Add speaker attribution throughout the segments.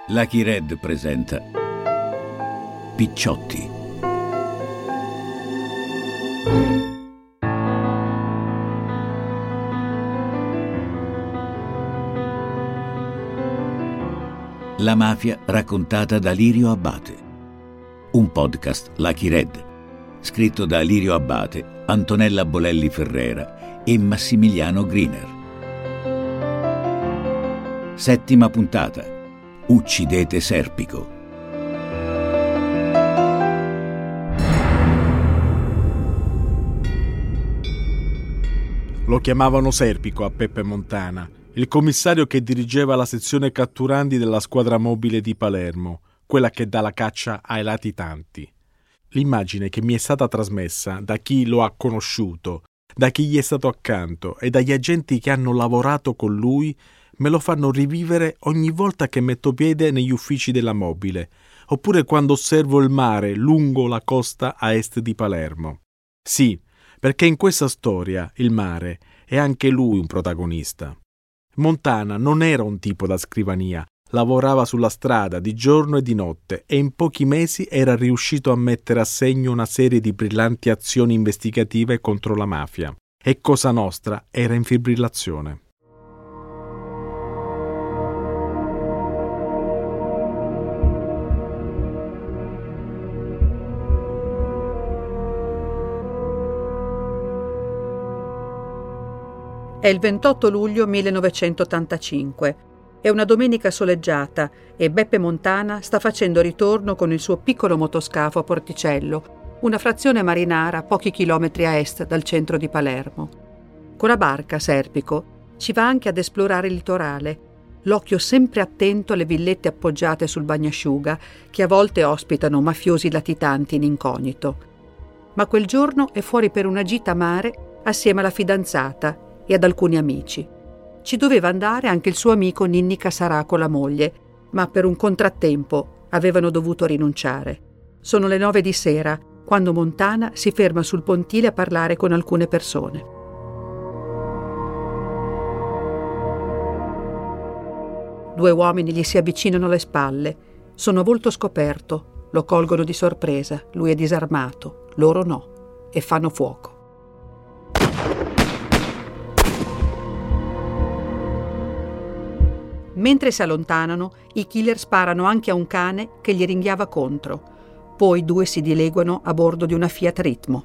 Speaker 1: Lucky Red presenta Picciotti. La mafia raccontata da Lirio Abbate. Un podcast Lucky Red, scritto da Lirio Abbate, Antonella Bolelli Ferrera e Massimiliano Griner. 7ª puntata. Uccidete Serpico.
Speaker 2: Lo chiamavano Serpico a Peppe Montana, il commissario che dirigeva la sezione catturandi della squadra mobile di Palermo, quella che dà la caccia ai latitanti. L'immagine che mi è stata trasmessa da chi lo ha conosciuto, da chi gli è stato accanto e dagli agenti che hanno lavorato con lui me lo fanno rivivere ogni volta che metto piede negli uffici della mobile, oppure quando osservo il mare lungo la costa a est di Palermo. Sì, perché in questa storia il mare è anche lui un protagonista. Montana non era un tipo da scrivania, lavorava sulla strada di giorno e di notte e in pochi mesi era riuscito a mettere a segno una serie di brillanti azioni investigative contro la mafia. E Cosa Nostra era in fibrillazione.
Speaker 3: È il 28 luglio 1985. È una domenica soleggiata e Beppe Montana sta facendo ritorno con il suo piccolo motoscafo a Porticello, una frazione marinara a pochi chilometri a est dal centro di Palermo. Con la barca, Serpico, ci va anche ad esplorare il litorale, l'occhio sempre attento alle villette appoggiate sul bagnasciuga che a volte ospitano mafiosi latitanti in incognito. Ma quel giorno è fuori per una gita a mare assieme alla fidanzata e ad alcuni amici. Ci doveva andare anche il suo amico Ninni Cassarà con la moglie, ma per un contrattempo avevano dovuto rinunciare. Sono le 9 di sera, quando Montana si ferma sul pontile a parlare con alcune persone. Due uomini gli si avvicinano alle spalle. Sono a volto scoperto, lo colgono di sorpresa, lui è disarmato, loro no, e fanno fuoco. Mentre si allontanano, i killer sparano anche a un cane che gli ringhiava contro. Poi due si dileguano a bordo di una Fiat Ritmo.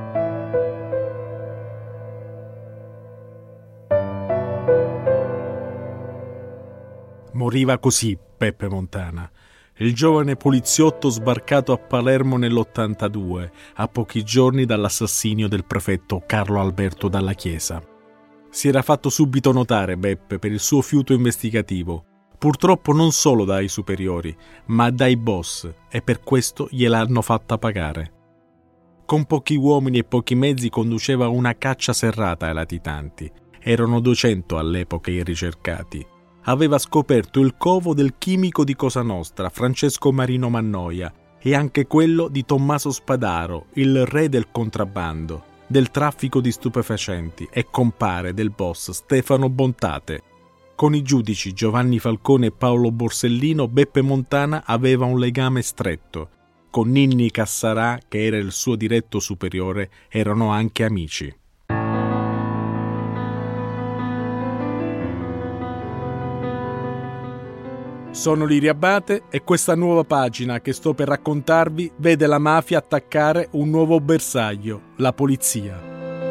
Speaker 2: Moriva così Peppe Montana, il giovane poliziotto sbarcato a Palermo nell'82, a pochi giorni dall'assassinio del prefetto Carlo Alberto Dalla Chiesa. Si era fatto subito notare Beppe per il suo fiuto investigativo, purtroppo non solo dai superiori, ma dai boss, e per questo gliel'hanno fatta pagare. Con pochi uomini e pochi mezzi conduceva una caccia serrata ai latitanti. Erano 200 all'epoca i ricercati. Aveva scoperto il covo del chimico di Cosa Nostra, Francesco Marino Mannoia, e anche quello di Tommaso Spadaro, il re del contrabbando, del traffico di stupefacenti e compare del boss Stefano Bontate. Con i giudici Giovanni Falcone e Paolo Borsellino, Beppe Montana aveva un legame stretto. Con Ninni Cassarà, che era il suo diretto superiore, erano anche amici. Sono Lirio Abbate e questa nuova pagina che sto per raccontarvi vede la mafia attaccare un nuovo bersaglio, la polizia.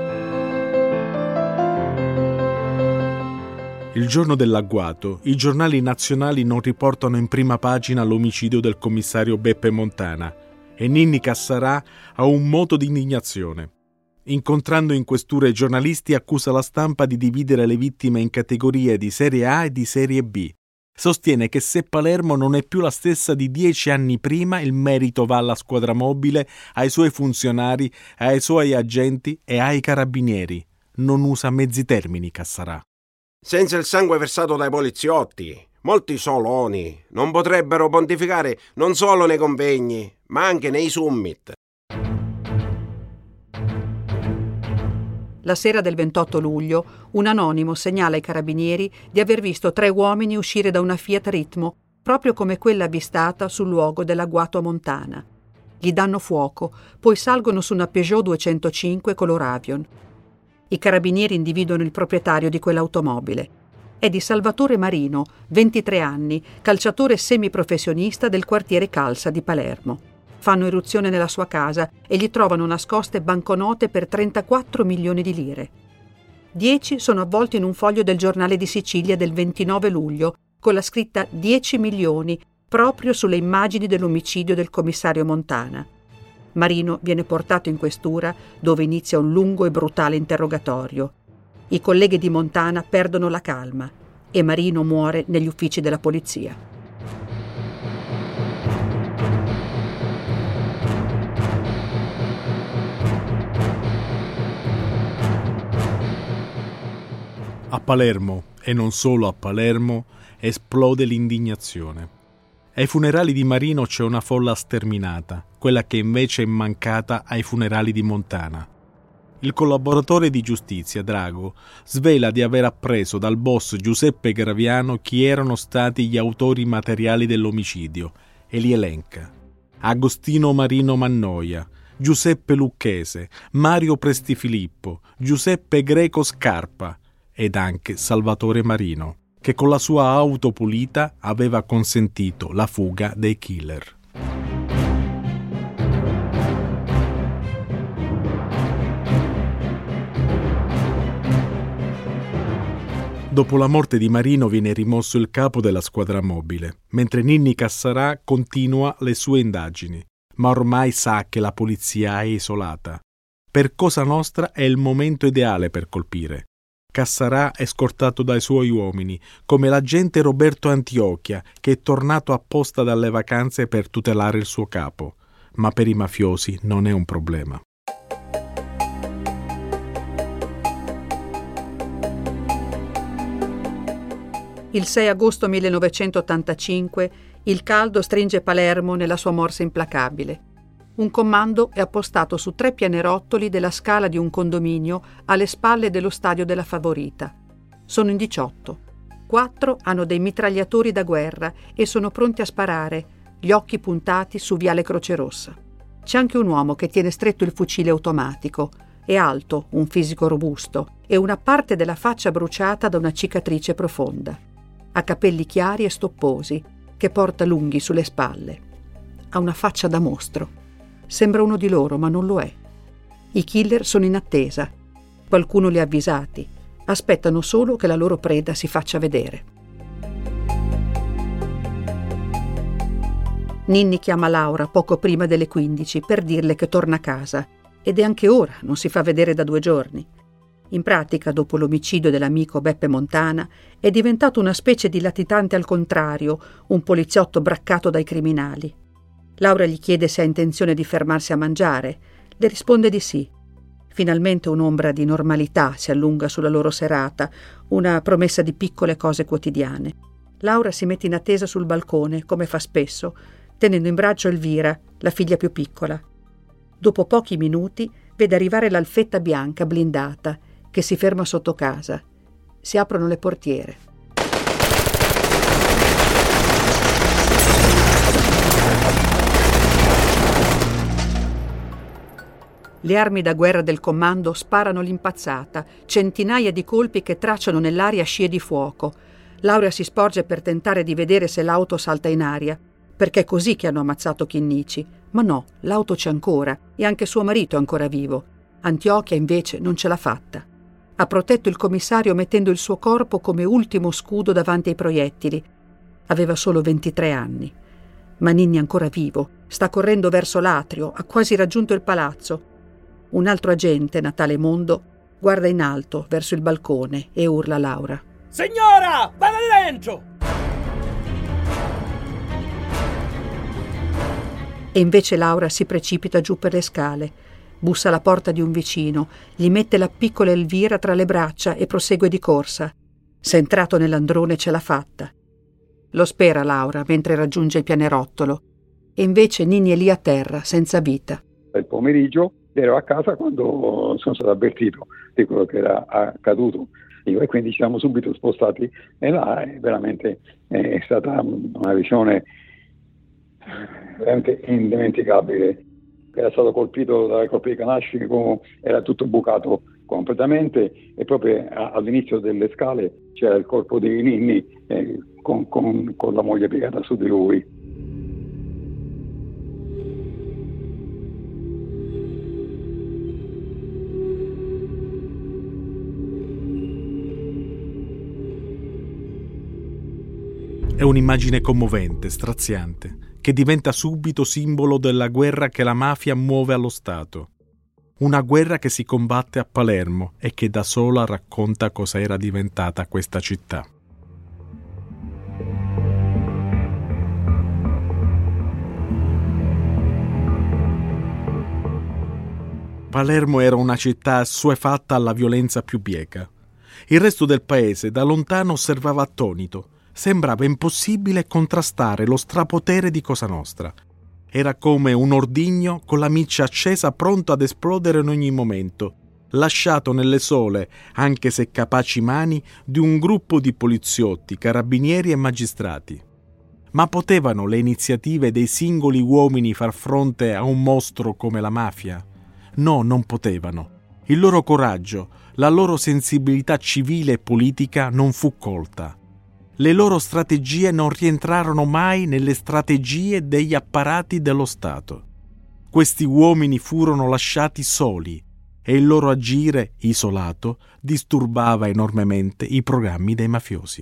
Speaker 2: Il giorno dell'agguato, i giornali nazionali non riportano in prima pagina l'omicidio del commissario Beppe Montana e Ninni Cassarà ha un moto di indignazione. Incontrando in questura i giornalisti accusa la stampa di dividere le vittime in categorie di serie A e di serie B. Sostiene che se Palermo non è più la stessa di 10 anni prima, il merito va alla squadra mobile, ai suoi funzionari, ai suoi agenti e ai carabinieri. Non usa mezzi termini, Cassarà.
Speaker 4: Senza il sangue versato dai poliziotti, molti soloni non potrebbero pontificare non solo nei convegni, ma anche nei summit.
Speaker 3: La sera del 28 luglio, un anonimo segnala ai carabinieri di aver visto 3 uomini uscire da una Fiat Ritmo proprio come quella avvistata sul luogo dell'agguato a Montana. Gli danno fuoco, poi salgono su una Peugeot 205 color avion. I carabinieri individuano il proprietario di quell'automobile. È di Salvatore Marino, 23 anni, calciatore semiprofessionista del quartiere Calza di Palermo. Fanno irruzione nella sua casa e gli trovano nascoste banconote per 34 milioni di lire. 10 sono avvolti in un foglio del Giornale di Sicilia del 29 luglio, con la scritta 10 milioni, proprio sulle immagini dell'omicidio del commissario Montana. Marino viene portato in questura, dove inizia un lungo e brutale interrogatorio. I colleghi di Montana perdono la calma e Marino muore negli uffici della polizia.
Speaker 2: A Palermo, e non solo a Palermo, esplode l'indignazione. Ai funerali di Marino c'è una folla sterminata, quella che invece è mancata ai funerali di Montana. Il collaboratore di giustizia, Drago, svela di aver appreso dal boss Giuseppe Graviano chi erano stati gli autori materiali dell'omicidio e li elenca. Agostino Marino Mannoia, Giuseppe Lucchese, Mario Prestifilippo, Giuseppe Greco Scarpa ed anche Salvatore Marino, che con la sua auto pulita aveva consentito la fuga dei killer. Dopo la morte di Marino viene rimosso il capo della squadra mobile, mentre Ninni Cassarà continua le sue indagini, ma ormai sa che la polizia è isolata. Per Cosa Nostra è il momento ideale per colpire. Cassarà è scortato dai suoi uomini, come l'agente Roberto Antiochia, che è tornato apposta dalle vacanze per tutelare il suo capo. Ma per i mafiosi non è un problema.
Speaker 3: Il 6 agosto 1985 il caldo stringe Palermo nella sua morsa implacabile. Un comando è appostato su 3 pianerottoli della scala di un condominio alle spalle dello stadio della Favorita. Sono in 18. 4 hanno dei mitragliatori da guerra e sono pronti a sparare, gli occhi puntati su Viale Croce Rossa. C'è anche un uomo che tiene stretto il fucile automatico. È alto, un fisico robusto e una parte della faccia bruciata da una cicatrice profonda. Ha capelli chiari e stopposi, che porta lunghi sulle spalle. Ha una faccia da mostro. Sembra uno di loro, ma non lo è. I killer sono in attesa. Qualcuno li ha avvisati. Aspettano solo che la loro preda si faccia vedere. Ninni chiama Laura poco prima delle 15 per dirle che torna a casa. Ed è anche ora, non si fa vedere da 2 giorni. In pratica, dopo l'omicidio dell'amico Beppe Montana, è diventato una specie di latitante al contrario, un poliziotto braccato dai criminali. Laura gli chiede se ha intenzione di fermarsi a mangiare. Le risponde di sì. Finalmente un'ombra di normalità si allunga sulla loro serata, una promessa di piccole cose quotidiane. Laura si mette in attesa sul balcone, come fa spesso, tenendo in braccio Elvira, la figlia più piccola. Dopo pochi minuti vede arrivare l'Alfetta bianca blindata, che si ferma sotto casa. Si aprono le portiere. Le armi da guerra del comando sparano l'impazzata, centinaia di colpi che tracciano nell'aria scie di fuoco. Laura si sporge per tentare di vedere se l'auto salta in aria, perché è così che hanno ammazzato Chinnici. Ma no, l'auto c'è ancora e anche suo marito è ancora vivo. Antiochia invece non ce l'ha fatta. Ha protetto il commissario mettendo il suo corpo come ultimo scudo davanti ai proiettili. Aveva solo 23 anni. Ma Ninni è ancora vivo, sta correndo verso l'atrio, ha quasi raggiunto il palazzo. Un altro agente, Natale Mondo, guarda in alto verso il balcone e urla a Laura.
Speaker 5: Signora, vada dentro!
Speaker 3: E invece Laura si precipita giù per le scale, bussa alla porta di un vicino, gli mette la piccola Elvira tra le braccia e prosegue di corsa. Se è entrato nell'androne ce l'ha fatta. Lo spera Laura mentre raggiunge il pianerottolo. E invece Ninni è lì a terra, senza vita.
Speaker 6: Il pomeriggio ero a casa quando sono stato avvertito di quello che era accaduto. E quindi ci siamo subito spostati e là veramente è stata una visione veramente indimenticabile. Era stato colpito dai colpi di Kalashnikov, era tutto bucato completamente e proprio all'inizio delle scale c'era il corpo di Ninni con la moglie piegata su di lui.
Speaker 2: È un'immagine commovente, straziante, che diventa subito simbolo della guerra che la mafia muove allo Stato. Una guerra che si combatte a Palermo e che da sola racconta cosa era diventata questa città. Palermo era una città assuefatta alla violenza più bieca. Il resto del paese da lontano osservava attonito. Sembrava impossibile contrastare lo strapotere di Cosa Nostra. Era come un ordigno con la miccia accesa pronto ad esplodere in ogni momento, lasciato nelle sole, anche se capaci mani, di un gruppo di poliziotti, carabinieri e magistrati. Ma potevano le iniziative dei singoli uomini far fronte a un mostro come la mafia? No, non potevano. Il loro coraggio, la loro sensibilità civile e politica non fu colta. Le loro strategie non rientrarono mai nelle strategie degli apparati dello Stato. Questi uomini furono lasciati soli e il loro agire, isolato, disturbava enormemente i programmi dei mafiosi.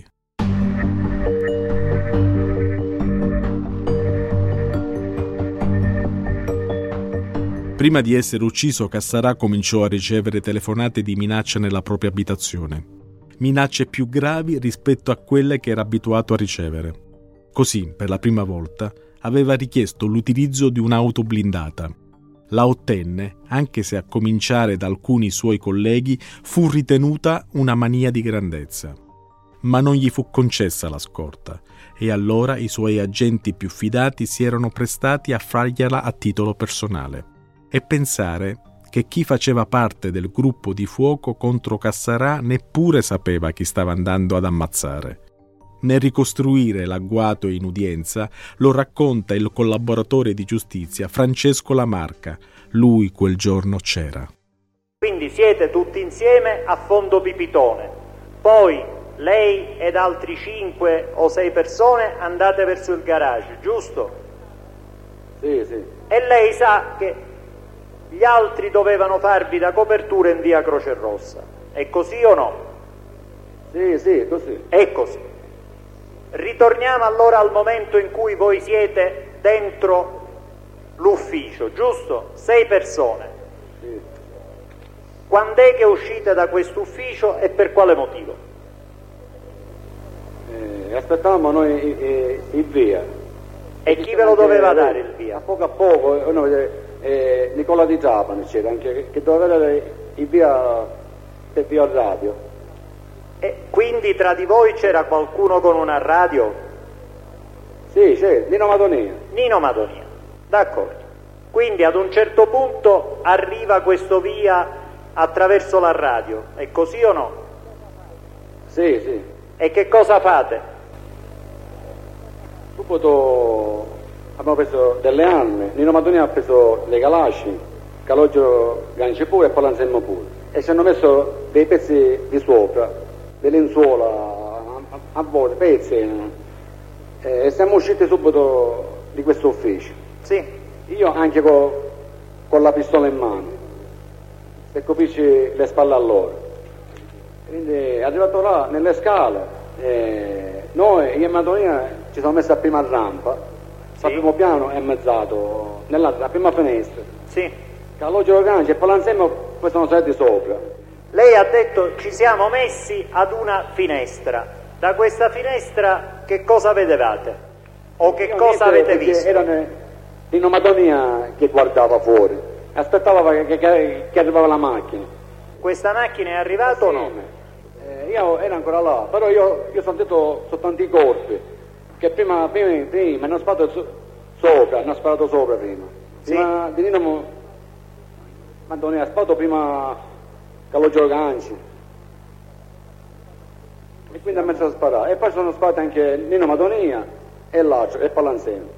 Speaker 2: Prima di essere ucciso, Cassarà cominciò a ricevere telefonate di minaccia nella propria abitazione. Minacce più gravi rispetto a quelle che era abituato a ricevere. Così, per la prima volta, aveva richiesto l'utilizzo di un'auto blindata. La ottenne, anche se a cominciare da alcuni suoi colleghi fu ritenuta una mania di grandezza. Ma non gli fu concessa la scorta, e allora i suoi agenti più fidati si erano prestati a fargliela a titolo personale. E pensare che chi faceva parte del gruppo di fuoco contro Cassarà neppure sapeva chi stava andando ad ammazzare. Nel ricostruire l'agguato in udienza lo racconta il collaboratore di giustizia Francesco Lamarca. Lui quel giorno c'era.
Speaker 7: Quindi siete tutti insieme a Fondo Pipitone, poi lei ed altri 5 o 6 persone andate verso il garage, giusto?
Speaker 8: Sì.
Speaker 7: E lei sa che gli altri dovevano farvi da copertura in via Croce Rossa, è così o no?
Speaker 8: Sì, così.
Speaker 7: È così. Ritorniamo allora al momento in cui voi siete dentro l'ufficio, giusto? 6 persone.
Speaker 8: Sì.
Speaker 7: Quando è che uscite da quest'ufficio e per quale motivo?
Speaker 8: Aspettavamo noi il via.
Speaker 7: E chi ve lo doveva dare il via?
Speaker 8: A poco, noi... Nicola Di Trapani c'era anche che doveva avere il via per via radio.
Speaker 7: E quindi tra di voi c'era qualcuno con una radio?
Speaker 8: Sì, c'è, Nino Madonia,
Speaker 7: d'accordo. Quindi ad un certo punto arriva questo via attraverso la radio, è così o no?
Speaker 8: Sì.
Speaker 7: E che cosa fate?
Speaker 8: Subito abbiamo preso delle armi, Nino Madonia ha preso le Kalashnikov, Calogero Ganci pure e Palansemmo pure, e ci hanno messo dei pezzi di sopra, delle lenzuola, a volte, pezzi, e siamo usciti subito di questo ufficio.
Speaker 7: Sì.
Speaker 8: Io anche con la pistola in mano, per coprirci le spalle a loro. Quindi arrivato là, nelle scale, noi, io e Madonia, ci siamo messi a prima rampa. Al primo piano è mezzato, nella prima finestra.
Speaker 7: Sì.
Speaker 8: Calogero Ganci e Palansemmo poi sono saliti sopra.
Speaker 7: Lei ha detto ci siamo messi ad una finestra. Da questa finestra che cosa vedevate? O che cosa avete visto?
Speaker 8: Era Nino Madonia che guardava fuori, aspettava che arrivava la macchina.
Speaker 7: Questa macchina è arrivata o no?
Speaker 8: Io ero ancora là, però io sono andato sotto i corpi. Che prima hanno sparato sopra prima. Prima di Nino Madonia ha sparato prima Calogero Ganci. E quindi ha messo a sparare. E poi sono sparati anche Nino Madonia e l'altro, e Palanzeno.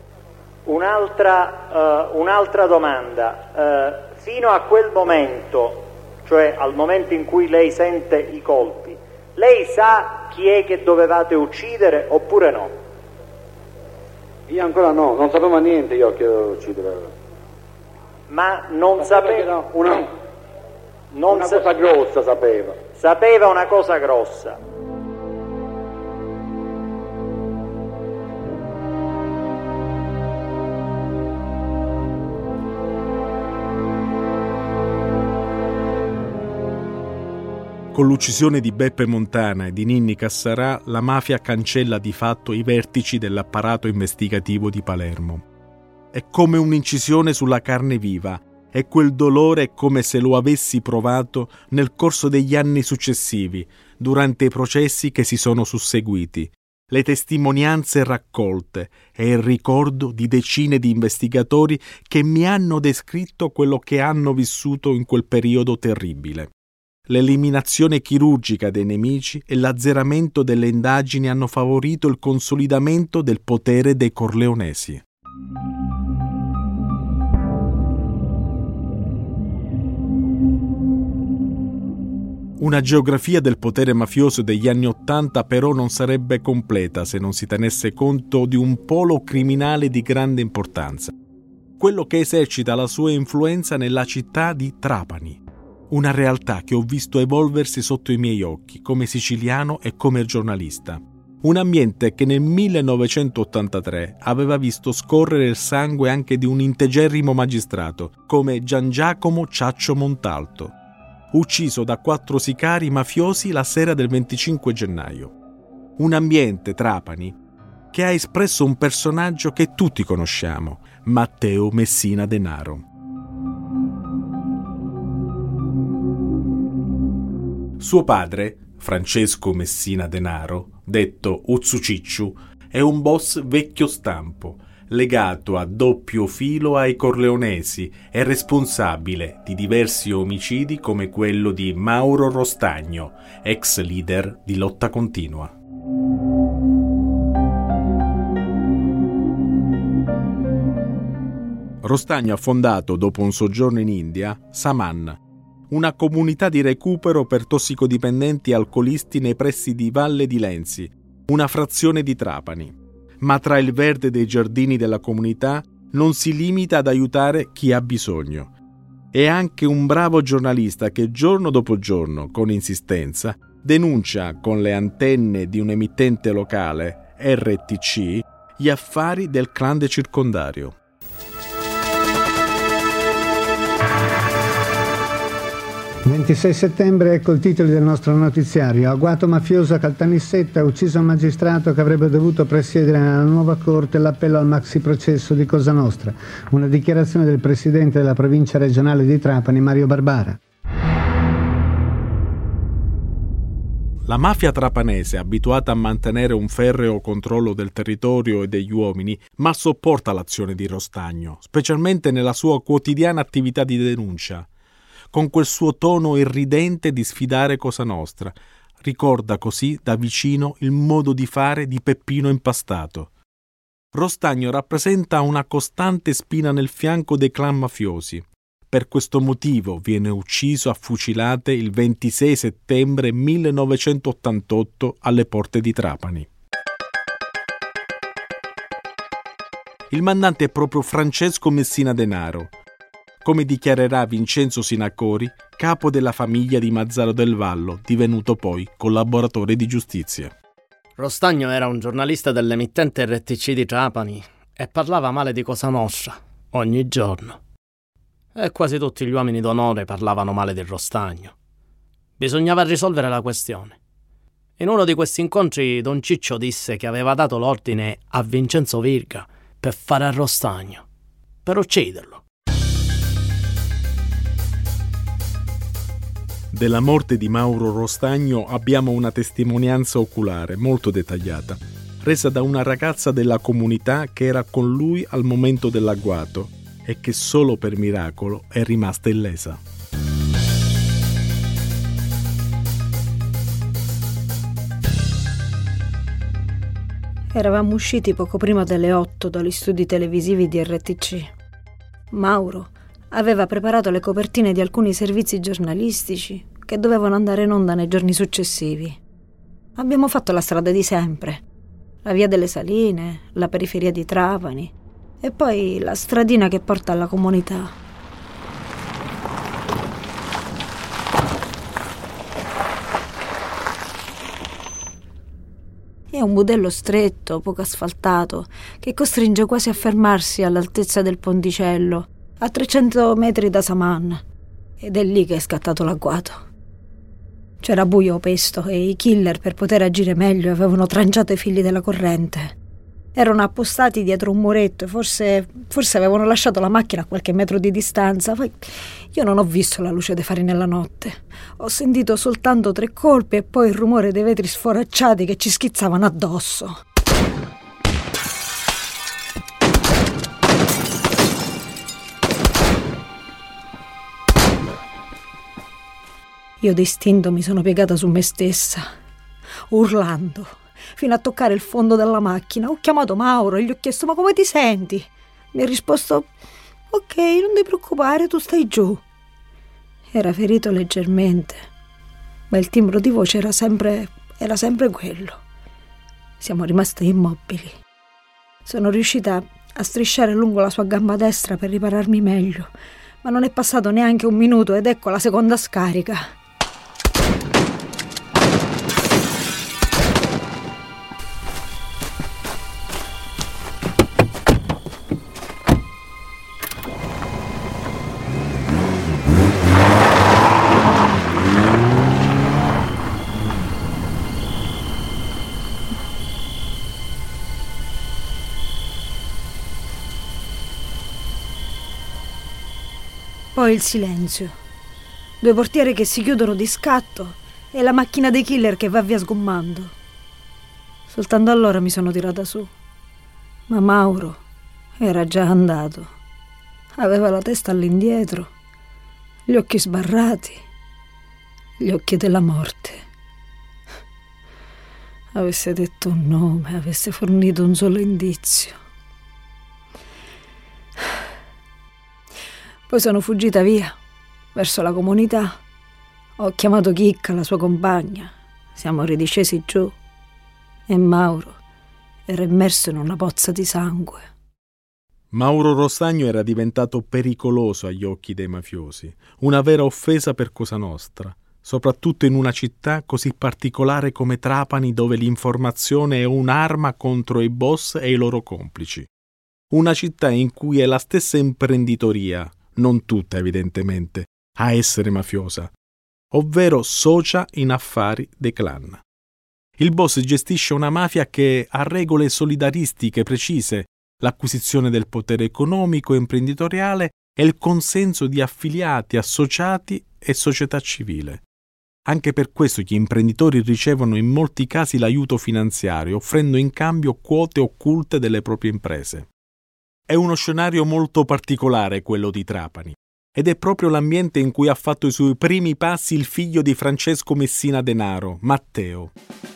Speaker 7: Un'altra domanda. Fino a quel momento, cioè al momento in cui lei sente i colpi, lei sa chi è che dovevate uccidere oppure no?
Speaker 8: Io ancora no, non sapevo niente io che uccidere.
Speaker 7: Ma non sapeva
Speaker 8: una cosa grossa, sapeva.
Speaker 7: Sapeva una cosa grossa.
Speaker 2: Con l'uccisione di Beppe Montana e di Ninni Cassarà, la mafia cancella di fatto i vertici dell'apparato investigativo di Palermo. È come un'incisione sulla carne viva, e quel dolore è come se lo avessi provato nel corso degli anni successivi, durante i processi che si sono susseguiti, le testimonianze raccolte e il ricordo di decine di investigatori che mi hanno descritto quello che hanno vissuto in quel periodo terribile. L'eliminazione chirurgica dei nemici e l'azzeramento delle indagini hanno favorito il consolidamento del potere dei corleonesi. Una geografia del potere mafioso degli anni '80 però non sarebbe completa se non si tenesse conto di un polo criminale di grande importanza, quello che esercita la sua influenza nella città di Trapani. Una realtà che ho visto evolversi sotto i miei occhi, come siciliano e come giornalista. Un ambiente che nel 1983 aveva visto scorrere il sangue anche di un integerrimo magistrato, come Gian Giacomo Ciaccio Montalto, ucciso da 4 sicari mafiosi la sera del 25 gennaio. Un ambiente, Trapani, che ha espresso un personaggio che tutti conosciamo, Matteo Messina Denaro. Suo padre, Francesco Messina Denaro, detto Uzzucicciu, è un boss vecchio stampo, legato a doppio filo ai corleonesi e responsabile di diversi omicidi come quello di Mauro Rostagno, ex leader di Lotta Continua. Rostagno ha fondato, dopo un soggiorno in India, Saman, una comunità di recupero per tossicodipendenti e alcolisti nei pressi di Valle di Lenzi, una frazione di Trapani. Ma tra il verde dei giardini della comunità non si limita ad aiutare chi ha bisogno. È anche un bravo giornalista che giorno dopo giorno, con insistenza, denuncia con le antenne di un emittente locale, RTC, gli affari del clan del circondario.
Speaker 9: Il 26 settembre, ecco il titolo del nostro notiziario. Agguato mafioso a Caltanissetta, ucciso un magistrato che avrebbe dovuto presiedere nella nuova corte l'appello al maxi processo di Cosa Nostra. Una dichiarazione del presidente della provincia regionale di Trapani, Mario Barbara.
Speaker 2: La mafia trapanese, abituata a mantenere un ferreo controllo del territorio e degli uomini, mal sopporta l'azione di Rostagno, specialmente nella sua quotidiana attività di denuncia. Con quel suo tono irridente di sfidare Cosa Nostra, ricorda così da vicino il modo di fare di Peppino Impastato. Rostagno rappresenta una costante spina nel fianco dei clan mafiosi. Per questo motivo viene ucciso a fucilate il 26 settembre 1988 alle porte di Trapani. Il mandante è proprio Francesco Messina Denaro, come dichiarerà Vincenzo Sinacori, capo della famiglia di Mazzaro del Vallo, divenuto poi collaboratore di giustizia.
Speaker 10: Rostagno era un giornalista dell'emittente RTC di Trapani e parlava male di Cosa Nostra ogni giorno. E quasi tutti gli uomini d'onore parlavano male di Rostagno. Bisognava risolvere la questione. In uno di questi incontri Don Ciccio disse che aveva dato l'ordine a Vincenzo Virga per fare a Rostagno, per ucciderlo.
Speaker 2: Della morte di Mauro Rostagno abbiamo una testimonianza oculare molto dettagliata, resa da una ragazza della comunità che era con lui al momento dell'agguato e che solo per miracolo è rimasta illesa.
Speaker 11: Eravamo usciti poco prima delle 8 dagli studi televisivi di RTC. Mauro aveva preparato le copertine di alcuni servizi giornalistici che dovevano andare in onda nei giorni successivi. Abbiamo fatto la strada di sempre, la via delle Saline, la periferia di Trapani e poi la stradina che porta alla comunità. È un budello stretto, poco asfaltato, che costringe quasi a fermarsi all'altezza del ponticello, a 300 metri da Saman. Ed è lì che è scattato l'agguato. C'era buio pesto e i killer, per poter agire meglio, avevano tranciato i fili della corrente. Erano appostati dietro un muretto e forse avevano lasciato la macchina a qualche metro di distanza. Poi io non ho visto la luce dei fari nella notte. Ho sentito soltanto 3 colpi e poi il rumore dei vetri sforacciati che ci schizzavano addosso. Io d'istinto mi sono piegata su me stessa, urlando, fino a toccare il fondo della macchina. Ho chiamato Mauro e gli ho chiesto: ma come ti senti? Mi ha risposto: ok, non ti preoccupare, tu stai giù. Era ferito leggermente, ma il timbro di voce era sempre quello. Siamo rimasti immobili. Sono riuscita a strisciare lungo la sua gamba destra per ripararmi meglio, ma non è passato neanche un minuto ed ecco la seconda scarica. Poi il silenzio, 2 portiere che si chiudono di scatto e la macchina dei killer che va via sgommando. Soltanto allora mi sono tirata su, ma Mauro era già andato. Aveva la testa all'indietro, gli occhi sbarrati, gli occhi della morte. Avesse detto un nome, avesse fornito un solo indizio. Poi sono fuggita via, verso la comunità. Ho chiamato Chicca, la sua compagna. Siamo ridiscesi giù e Mauro era immerso in una pozza di sangue.
Speaker 2: Mauro Rostagno era diventato pericoloso agli occhi dei mafiosi, una vera offesa per Cosa Nostra, soprattutto in una città così particolare come Trapani, dove l'informazione è un'arma contro i boss e i loro complici. Una città in cui è la stessa imprenditoria, non tutta evidentemente, a essere mafiosa, ovvero socia in affari dei clan. Il boss gestisce una mafia che ha regole solidaristiche precise, l'acquisizione del potere economico e imprenditoriale e il consenso di affiliati, associati e società civile. Anche per questo gli imprenditori ricevono in molti casi l'aiuto finanziario, offrendo in cambio quote occulte delle proprie imprese. È uno scenario molto particolare quello di Trapani, ed è proprio l'ambiente in cui ha fatto i suoi primi passi il figlio di Francesco Messina Denaro, Matteo.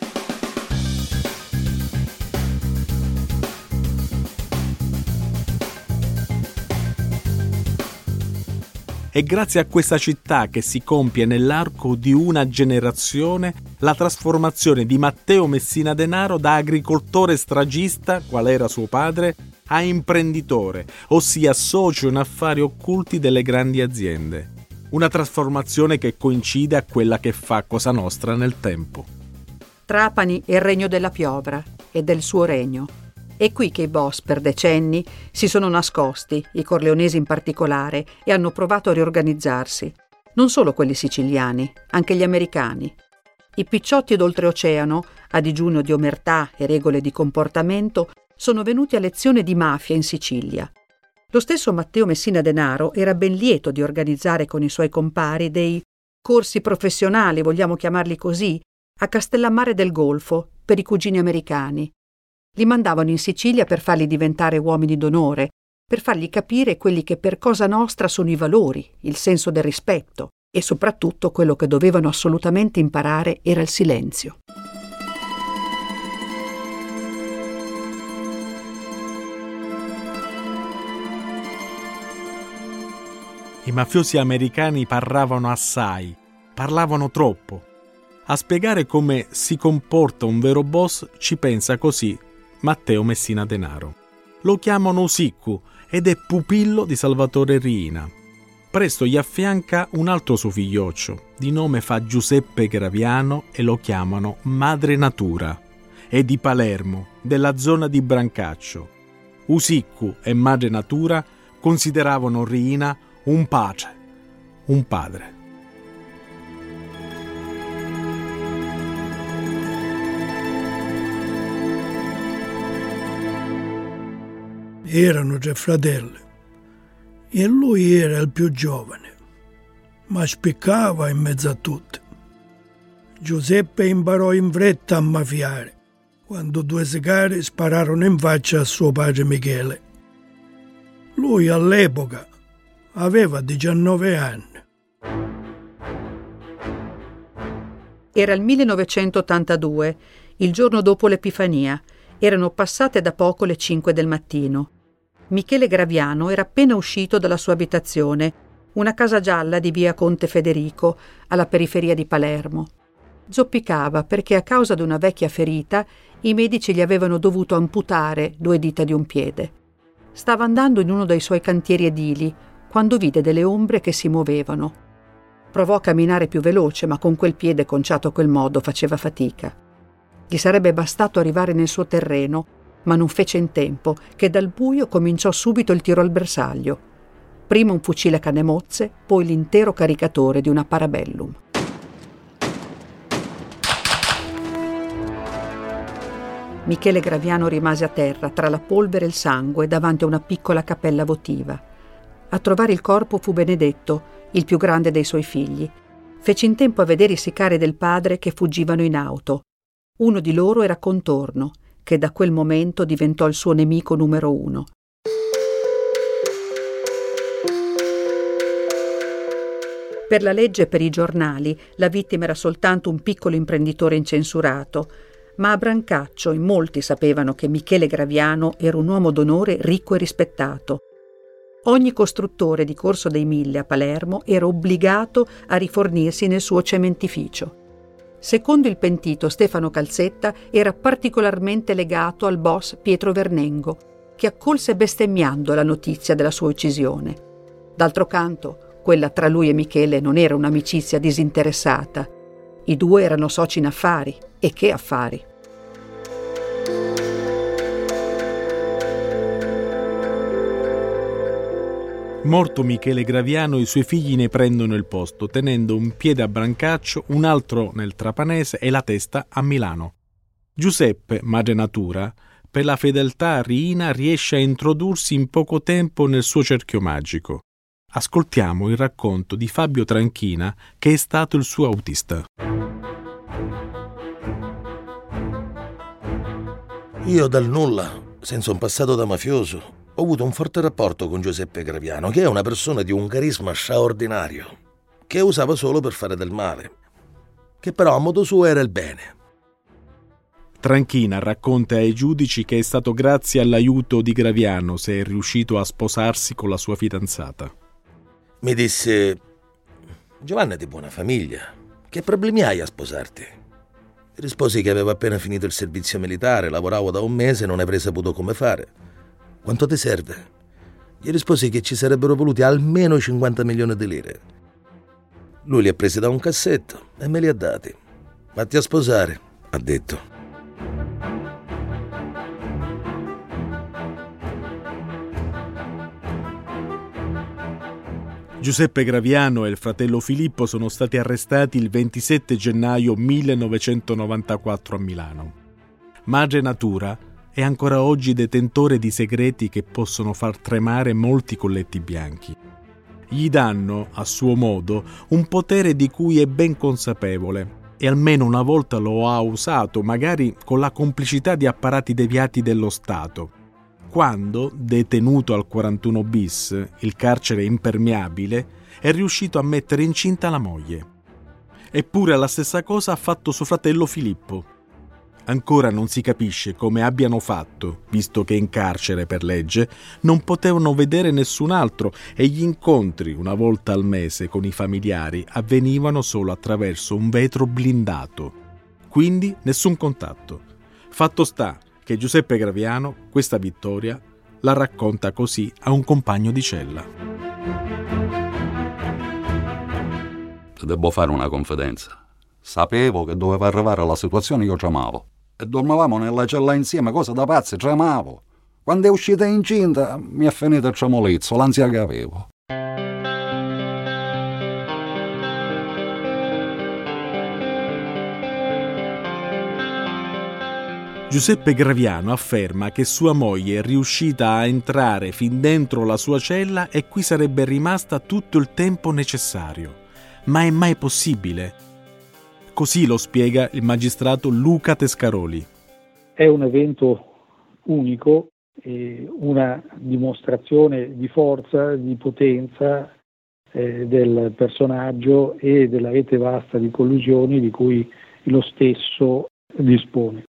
Speaker 2: È grazie a questa città che si compie nell'arco di una generazione la trasformazione di Matteo Messina Denaro da agricoltore stragista, qual era suo padre, a imprenditore, ossia socio in affari occulti delle grandi aziende. Una trasformazione che coincide a quella che fa Cosa Nostra nel tempo.
Speaker 3: Trapani è il regno della piovra e del suo regno. È qui che i boss per decenni si sono nascosti, i corleonesi in particolare, e hanno provato a riorganizzarsi. Non solo quelli siciliani, anche gli americani. I picciotti d'oltreoceano, a digiuno di omertà e regole di comportamento, sono venuti a lezione di mafia in Sicilia. Lo stesso Matteo Messina Denaro era ben lieto di organizzare con i suoi compari dei corsi professionali, vogliamo chiamarli così, a Castellammare del Golfo per i cugini americani. Li mandavano in Sicilia per farli diventare uomini d'onore, per fargli capire quelli che per Cosa Nostra sono i valori, il senso del rispetto e soprattutto quello che dovevano assolutamente imparare era il silenzio.
Speaker 2: I mafiosi americani parlavano assai, parlavano troppo. A spiegare come si comporta un vero boss ci pensa così Matteo Messina Denaro. Lo chiamano Usiccu ed è pupillo di Salvatore Riina. Presto gli affianca un altro suo figlioccio, di nome fa Giuseppe Graviano e lo chiamano Madre Natura. È di Palermo, della zona di Brancaccio. Usiccu e Madre Natura consideravano Riina un padre.
Speaker 12: Erano 3 fratelli e lui era il più giovane, ma spiccava in mezzo a tutti. Giuseppe imparò in fretta a mafiare quando 2 sicari spararono in faccia a suo padre Michele. Lui all'epoca aveva 19 anni.
Speaker 3: Era il 1982, il giorno dopo l'Epifania. Erano passate da poco le 5 del mattino. Michele Graviano era appena uscito dalla sua abitazione, una casa gialla di via Conte Federico, alla periferia di Palermo. Zoppicava perché a causa di una vecchia ferita i medici gli avevano dovuto amputare 2 dita di un piede. Stava andando in uno dei suoi cantieri edili quando vide delle ombre che si muovevano. Provò a camminare più veloce, ma con quel piede conciato a quel modo faceva fatica. Gli sarebbe bastato arrivare nel suo terreno, ma non fece in tempo, che dal buio cominciò subito il tiro al bersaglio. Prima un fucile a cannemozze, poi l'intero caricatore di una Parabellum. Michele Graviano rimase a terra, tra la polvere e il sangue, davanti a una piccola cappella votiva. A trovare il corpo fu Benedetto, il più grande dei suoi figli. Fece in tempo a vedere i sicari del padre che fuggivano in auto. Uno di loro era Contorno, che da quel momento diventò il suo nemico numero 1. Per la legge e per i giornali, la vittima era soltanto un piccolo imprenditore incensurato, ma a Brancaccio in molti sapevano che Michele Graviano era un uomo d'onore ricco e rispettato. Ogni costruttore di Corso dei Mille a Palermo era obbligato a rifornirsi nel suo cementificio. Secondo il pentito Stefano Calzetta era particolarmente legato al boss Pietro Vernengo, che accolse bestemmiando la notizia della sua uccisione. D'altro canto, quella tra lui e Michele non era un'amicizia disinteressata. I 2 erano soci in affari, e che affari!
Speaker 2: Morto Michele Graviano, i suoi figli ne prendono il posto, tenendo un piede a Brancaccio, un altro nel Trapanese e la testa a Milano. Giuseppe, Madre Natura, per la fedeltà a Riina, riesce a introdursi in poco tempo nel suo cerchio magico. Ascoltiamo il racconto di Fabio Tranchina, che è stato il suo autista.
Speaker 13: Io dal nulla, senza un passato da mafioso, ho avuto un forte rapporto con Giuseppe Graviano, che è una persona di un carisma straordinario, che usava solo per fare del male, che però a modo suo era il bene.
Speaker 2: Tranchina racconta ai giudici che è stato grazie all'aiuto di Graviano se è riuscito a sposarsi con la sua fidanzata.
Speaker 13: Mi disse: Giovanni è di buona famiglia, che problemi hai a sposarti? Risposi che avevo appena finito il servizio militare, lavoravo da 1 mese e non avrei saputo come fare. Quanto ti serve? Gli risposi che ci sarebbero voluti almeno 50 milioni di lire. Lui li ha presi da un cassetto e me li ha dati. Vatti a sposare, ha detto.
Speaker 2: Giuseppe Graviano e il fratello Filippo sono stati arrestati il 27 gennaio 1994 a Milano. Madre Natura è ancora oggi detentore di segreti che possono far tremare molti colletti bianchi. Gli danno, a suo modo, un potere di cui è ben consapevole e almeno una volta lo ha usato, magari con la complicità di apparati deviati dello Stato, quando, detenuto al 41 bis, il carcere impermeabile, è riuscito a mettere incinta la moglie. Eppure la stessa cosa ha fatto suo fratello Filippo. Ancora non si capisce come abbiano fatto, visto che in carcere per legge non potevano vedere nessun altro e gli incontri una volta al mese con i familiari avvenivano solo attraverso un vetro blindato. Quindi nessun contatto. Fatto sta che Giuseppe Graviano questa vittoria la racconta così a un compagno di cella.
Speaker 14: Ti devo fare una confidenza. Sapevo che doveva arrivare alla situazione, io tremavo. E dormivamo nella cella insieme, cosa da pazzi, tremavo. Quando è uscita incinta mi è finito il tremolizzo, l'ansia che avevo.
Speaker 2: Giuseppe Graviano afferma che sua moglie è riuscita a entrare fin dentro la sua cella e qui sarebbe rimasta tutto il tempo necessario. Ma è mai possibile? Così lo spiega il magistrato Luca Tescaroli.
Speaker 15: È un evento unico, una dimostrazione di forza, di potenza del personaggio e della rete vasta di collusioni di cui lo stesso dispone.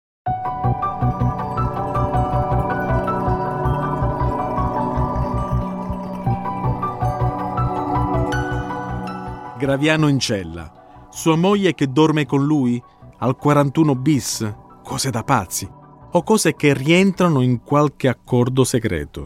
Speaker 2: Graviano in cella. Sua moglie che dorme con lui? Al 41 bis? Cose da pazzi. O cose che rientrano in qualche accordo segreto.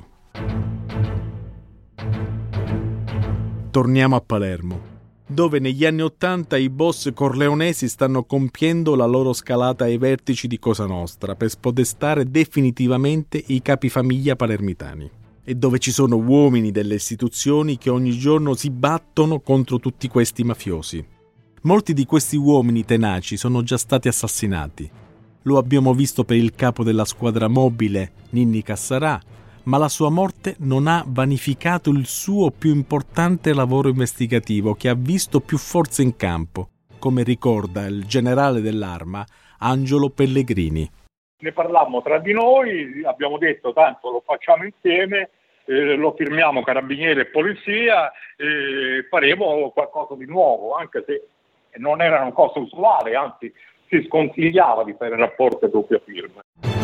Speaker 2: Torniamo a Palermo, dove negli anni '80 i boss corleonesi stanno compiendo la loro scalata ai vertici di Cosa Nostra per spodestare definitivamente i capifamiglia palermitani. E dove ci sono uomini delle istituzioni che ogni giorno si battono contro tutti questi mafiosi. Molti di questi uomini tenaci sono già stati assassinati. Lo abbiamo visto per il capo della squadra mobile, Ninni Cassarà, ma la sua morte non ha vanificato il suo più importante lavoro investigativo che ha visto più forze in campo, come ricorda il generale dell'Arma, Angelo Pellegrini.
Speaker 16: Ne parlammo tra di noi, abbiamo detto tanto lo facciamo insieme, lo firmiamo carabinieri e polizia e faremo qualcosa di nuovo, anche se non era una cosa usuale, anzi si sconsigliava di fare rapporti a doppia firma.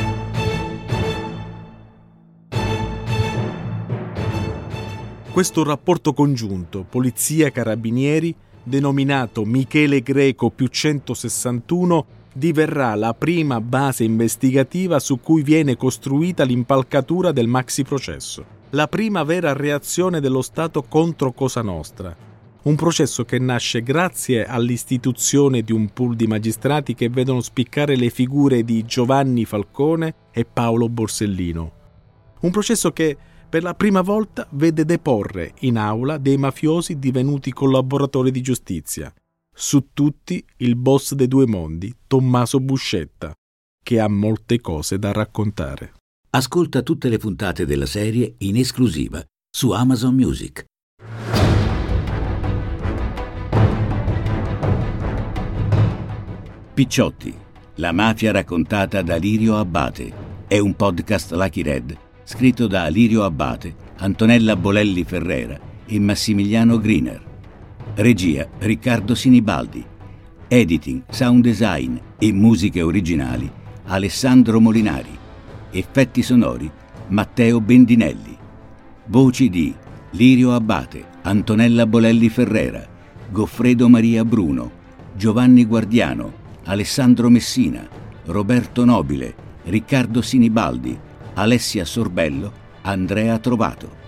Speaker 2: Questo rapporto congiunto polizia-carabinieri, denominato Michele Greco più 161, diverrà la prima base investigativa su cui viene costruita l'impalcatura del maxiprocesso, la prima vera reazione dello Stato contro Cosa Nostra. Un processo che nasce grazie all'istituzione di un pool di magistrati che vedono spiccare le figure di Giovanni Falcone e Paolo Borsellino. Un processo che per la prima volta vede deporre in aula dei mafiosi divenuti collaboratori di giustizia. Su tutti il boss dei due mondi, Tommaso Buscetta, che ha molte cose da raccontare.
Speaker 1: Ascolta tutte le puntate della serie in esclusiva su Amazon Music. Picciotti, la mafia raccontata da Lirio Abbate. È un podcast Lucky Red, scritto da Lirio Abbate, Antonella Bolelli Ferrera e Massimiliano Griner. Regia Riccardo Sinibaldi. Editing, sound design e musiche originali Alessandro Molinari. Effetti sonori Matteo Bendinelli. Voci di Lirio Abbate, Antonella Bolelli Ferrera, Goffredo Maria Bruno, Giovanni Guardiano, Alessandro Messina, Roberto Nobile, Riccardo Sinibaldi, Alessia Sorbello, Andrea Trovato.